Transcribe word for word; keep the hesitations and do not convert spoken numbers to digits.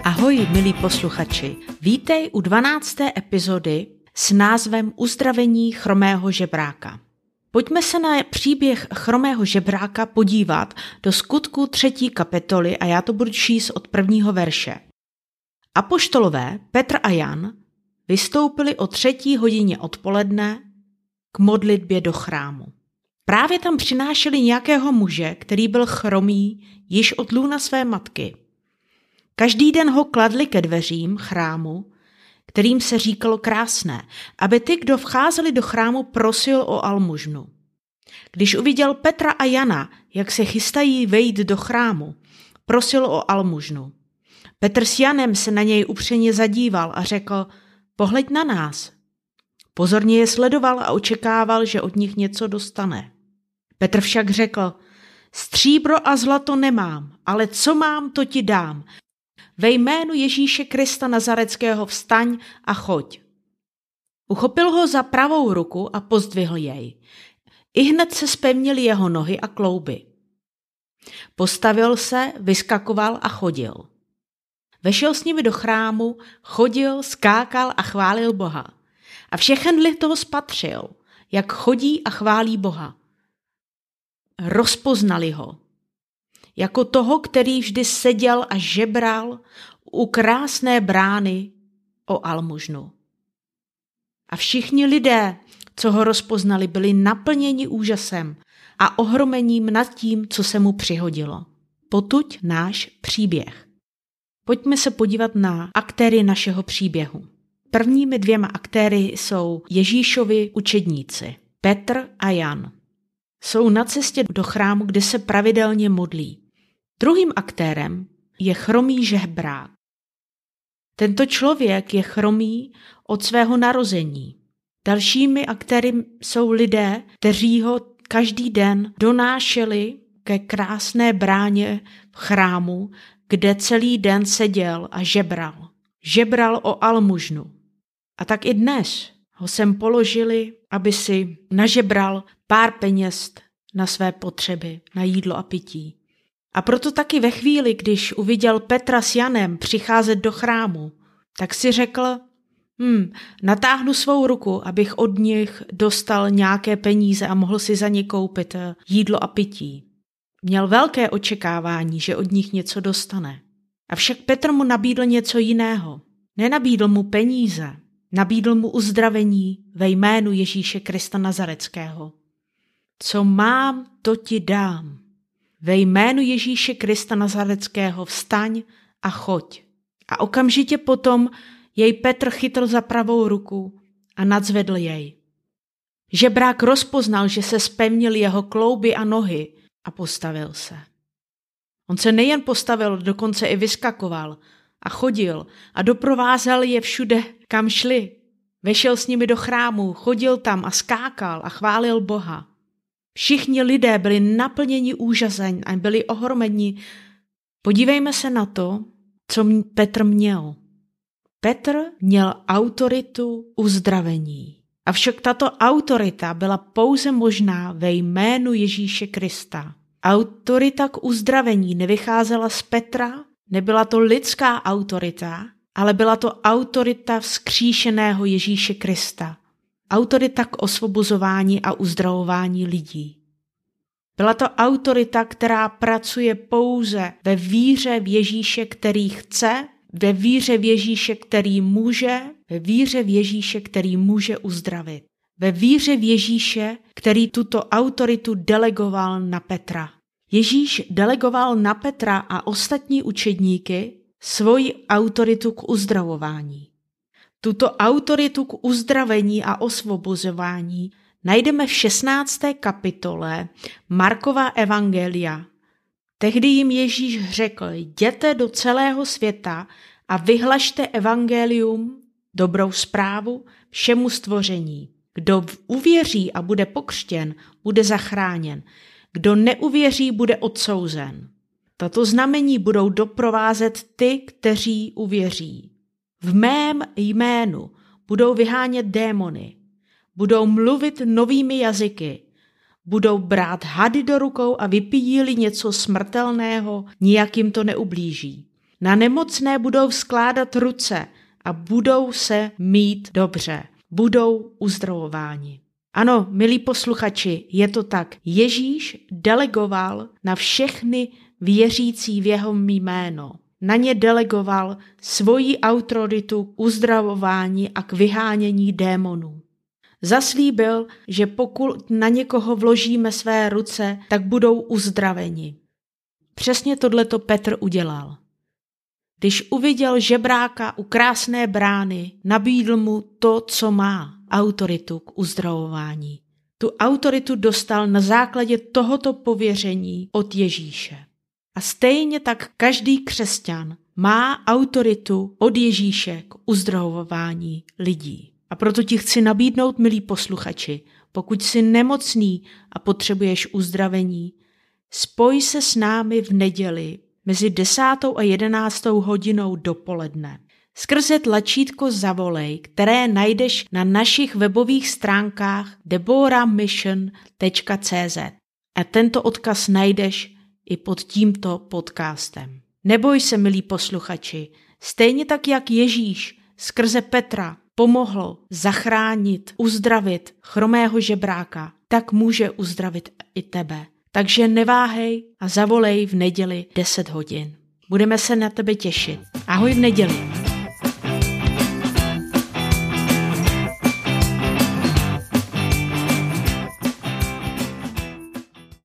Ahoj, milí posluchači. Vítej u dvanácté epizody s názvem Uzdravení chromého žebráka. Pojďme se na příběh chromého žebráka podívat do Skutků třetí kapitoly a já to budu číst od prvního verše. Apoštolové Petr a Jan vystoupili o třetí hodině odpoledne k modlitbě do chrámu. Právě tam přinášeli nějakého muže, který byl chromý již od lůna své matky. Každý den ho kladli ke dveřím chrámu, kterým se říkalo Krásné, aby ty, kdo vcházeli do chrámu, prosil o almužnu. Když uviděl Petra a Jana, jak se chystají vejít do chrámu, prosil o almužnu. Petr s Janem se na něj upřeně zadíval a řekl: Pohleď na nás. Pozorně je sledoval a očekával, že od nich něco dostane. Petr však řekl: Stříbro a zlato nemám, ale co mám, to ti dám. Ve jménu Ježíše Krista Nazareckého vstaň a choď. Uchopil ho za pravou ruku a pozdvihl jej. Ihned se zpevnily jeho nohy a klouby. Postavil se, vyskakoval a chodil. Vešel s nimi do chrámu, chodil, skákal a chválil Boha. A všechen lid toho spatřil, jak chodí a chválí Boha. Rozpoznali ho jako toho, který vždy seděl a žebral u krásné brány o almužnu. A všichni lidé, co ho rozpoznali, byli naplněni úžasem a ohromením nad tím, co se mu přihodilo. Potud náš příběh. Pojďme se podívat na aktéry našeho příběhu. Prvními dvěma aktéry jsou Ježíšovi učedníci, Petr a Jan. Jsou na cestě do chrámu, kde se pravidelně modlí. Druhým aktérem je chromý žebrák. Tento člověk je chromý od svého narození. Dalšími aktéry jsou lidé, kteří ho každý den donášeli ke krásné bráně v chrámu, kde celý den seděl a žebral. Žebral o almužnu. A tak i dnes ho sem položili, aby si nažebral pár peněz na své potřeby, na jídlo a pití. A proto taky ve chvíli, když uviděl Petra s Janem přicházet do chrámu, tak si řekl, hm, natáhnu svou ruku, abych od nich dostal nějaké peníze a mohl si za ně koupit jídlo a pití. Měl velké očekávání, že od nich něco dostane. Avšak Petr mu nabídl něco jiného. Nenabídl mu peníze, nabídl mu uzdravení ve jménu Ježíše Krista Nazareckého. Co mám, to ti dám. Ve jménu Ježíše Krista Nazareckého vstaň a choď. A okamžitě potom jej Petr chytl za pravou ruku a nadzvedl jej. Žebrák rozpoznal, že se zpevnil jeho klouby a nohy a postavil se. On se nejen postavil, dokonce i vyskakoval a chodil a doprovázel je všude, kam šli. Vešel s nimi do chrámu, chodil tam a skákal a chválil Boha. Všichni lidé byli naplněni úžasem a byli ohromeni. Podívejme se na to, co Petr měl. Petr měl autoritu uzdravení. Avšak tato autorita byla pouze možná ve jménu Ježíše Krista. Autorita k uzdravení nevycházela z Petra, nebyla to lidská autorita, ale byla to autorita vzkříšeného Ježíše Krista. Autorita k osvobozování a uzdravování lidí. Byla to autorita, která pracuje pouze ve víře v Ježíše, který chce, ve víře v Ježíše, který může, ve víře v Ježíše, který může uzdravit. Ve víře v Ježíše, který tuto autoritu delegoval na Petra. Ježíš delegoval na Petra a ostatní učedníky svoji autoritu k uzdravování. Tuto autoritu k uzdravení a osvobozování najdeme v šestnácté kapitole Markova evangelia. Tehdy jim Ježíš řekl, jděte do celého světa a vyhlašte evangelium, dobrou zprávu, všemu stvoření. Kdo uvěří a bude pokřtěn, bude zachráněn. Kdo neuvěří, bude odsouzen. Tato znamení budou doprovázet ty, kteří uvěří. V mém jménu budou vyhánět démony, budou mluvit novými jazyky, budou brát hady do rukou a vypíjí-li něco smrtelného, nijak jim to neublíží. Na nemocné budou skládat ruce a budou se mít dobře. Budou uzdravováni. Ano, milí posluchači, je to tak. Ježíš delegoval na všechny věřící v jeho jméno. Na ně delegoval svoji autoritu k uzdravování a k vyhánění démonů. Zaslíbil, že pokud na někoho vložíme své ruce, tak budou uzdraveni. Přesně tohleto Petr udělal. Když uviděl žebráka u krásné brány, nabídl mu to, co má, autoritu k uzdravování. Tu autoritu dostal na základě tohoto pověření od Ježíše. A stejně tak každý křesťan má autoritu od Ježíše k uzdravování lidí. A proto ti chci nabídnout, milí posluchači, pokud jsi nemocný a potřebuješ uzdravení, spoj se s námi v neděli mezi desátou a jedenáctou hodinou dopoledne. Skrze tlačítko Zavolej, které najdeš na našich webových stránkách deborah mission tečka cé zet. A tento odkaz najdeš i pod tímto podcastem. Neboj se, milí posluchači, stejně tak, jak Ježíš skrze Petra pomohl zachránit, uzdravit chromého žebráka, tak může uzdravit i tebe. Takže neváhej a zavolej v neděli deset hodin. Budeme se na tebe těšit. Ahoj v neděli.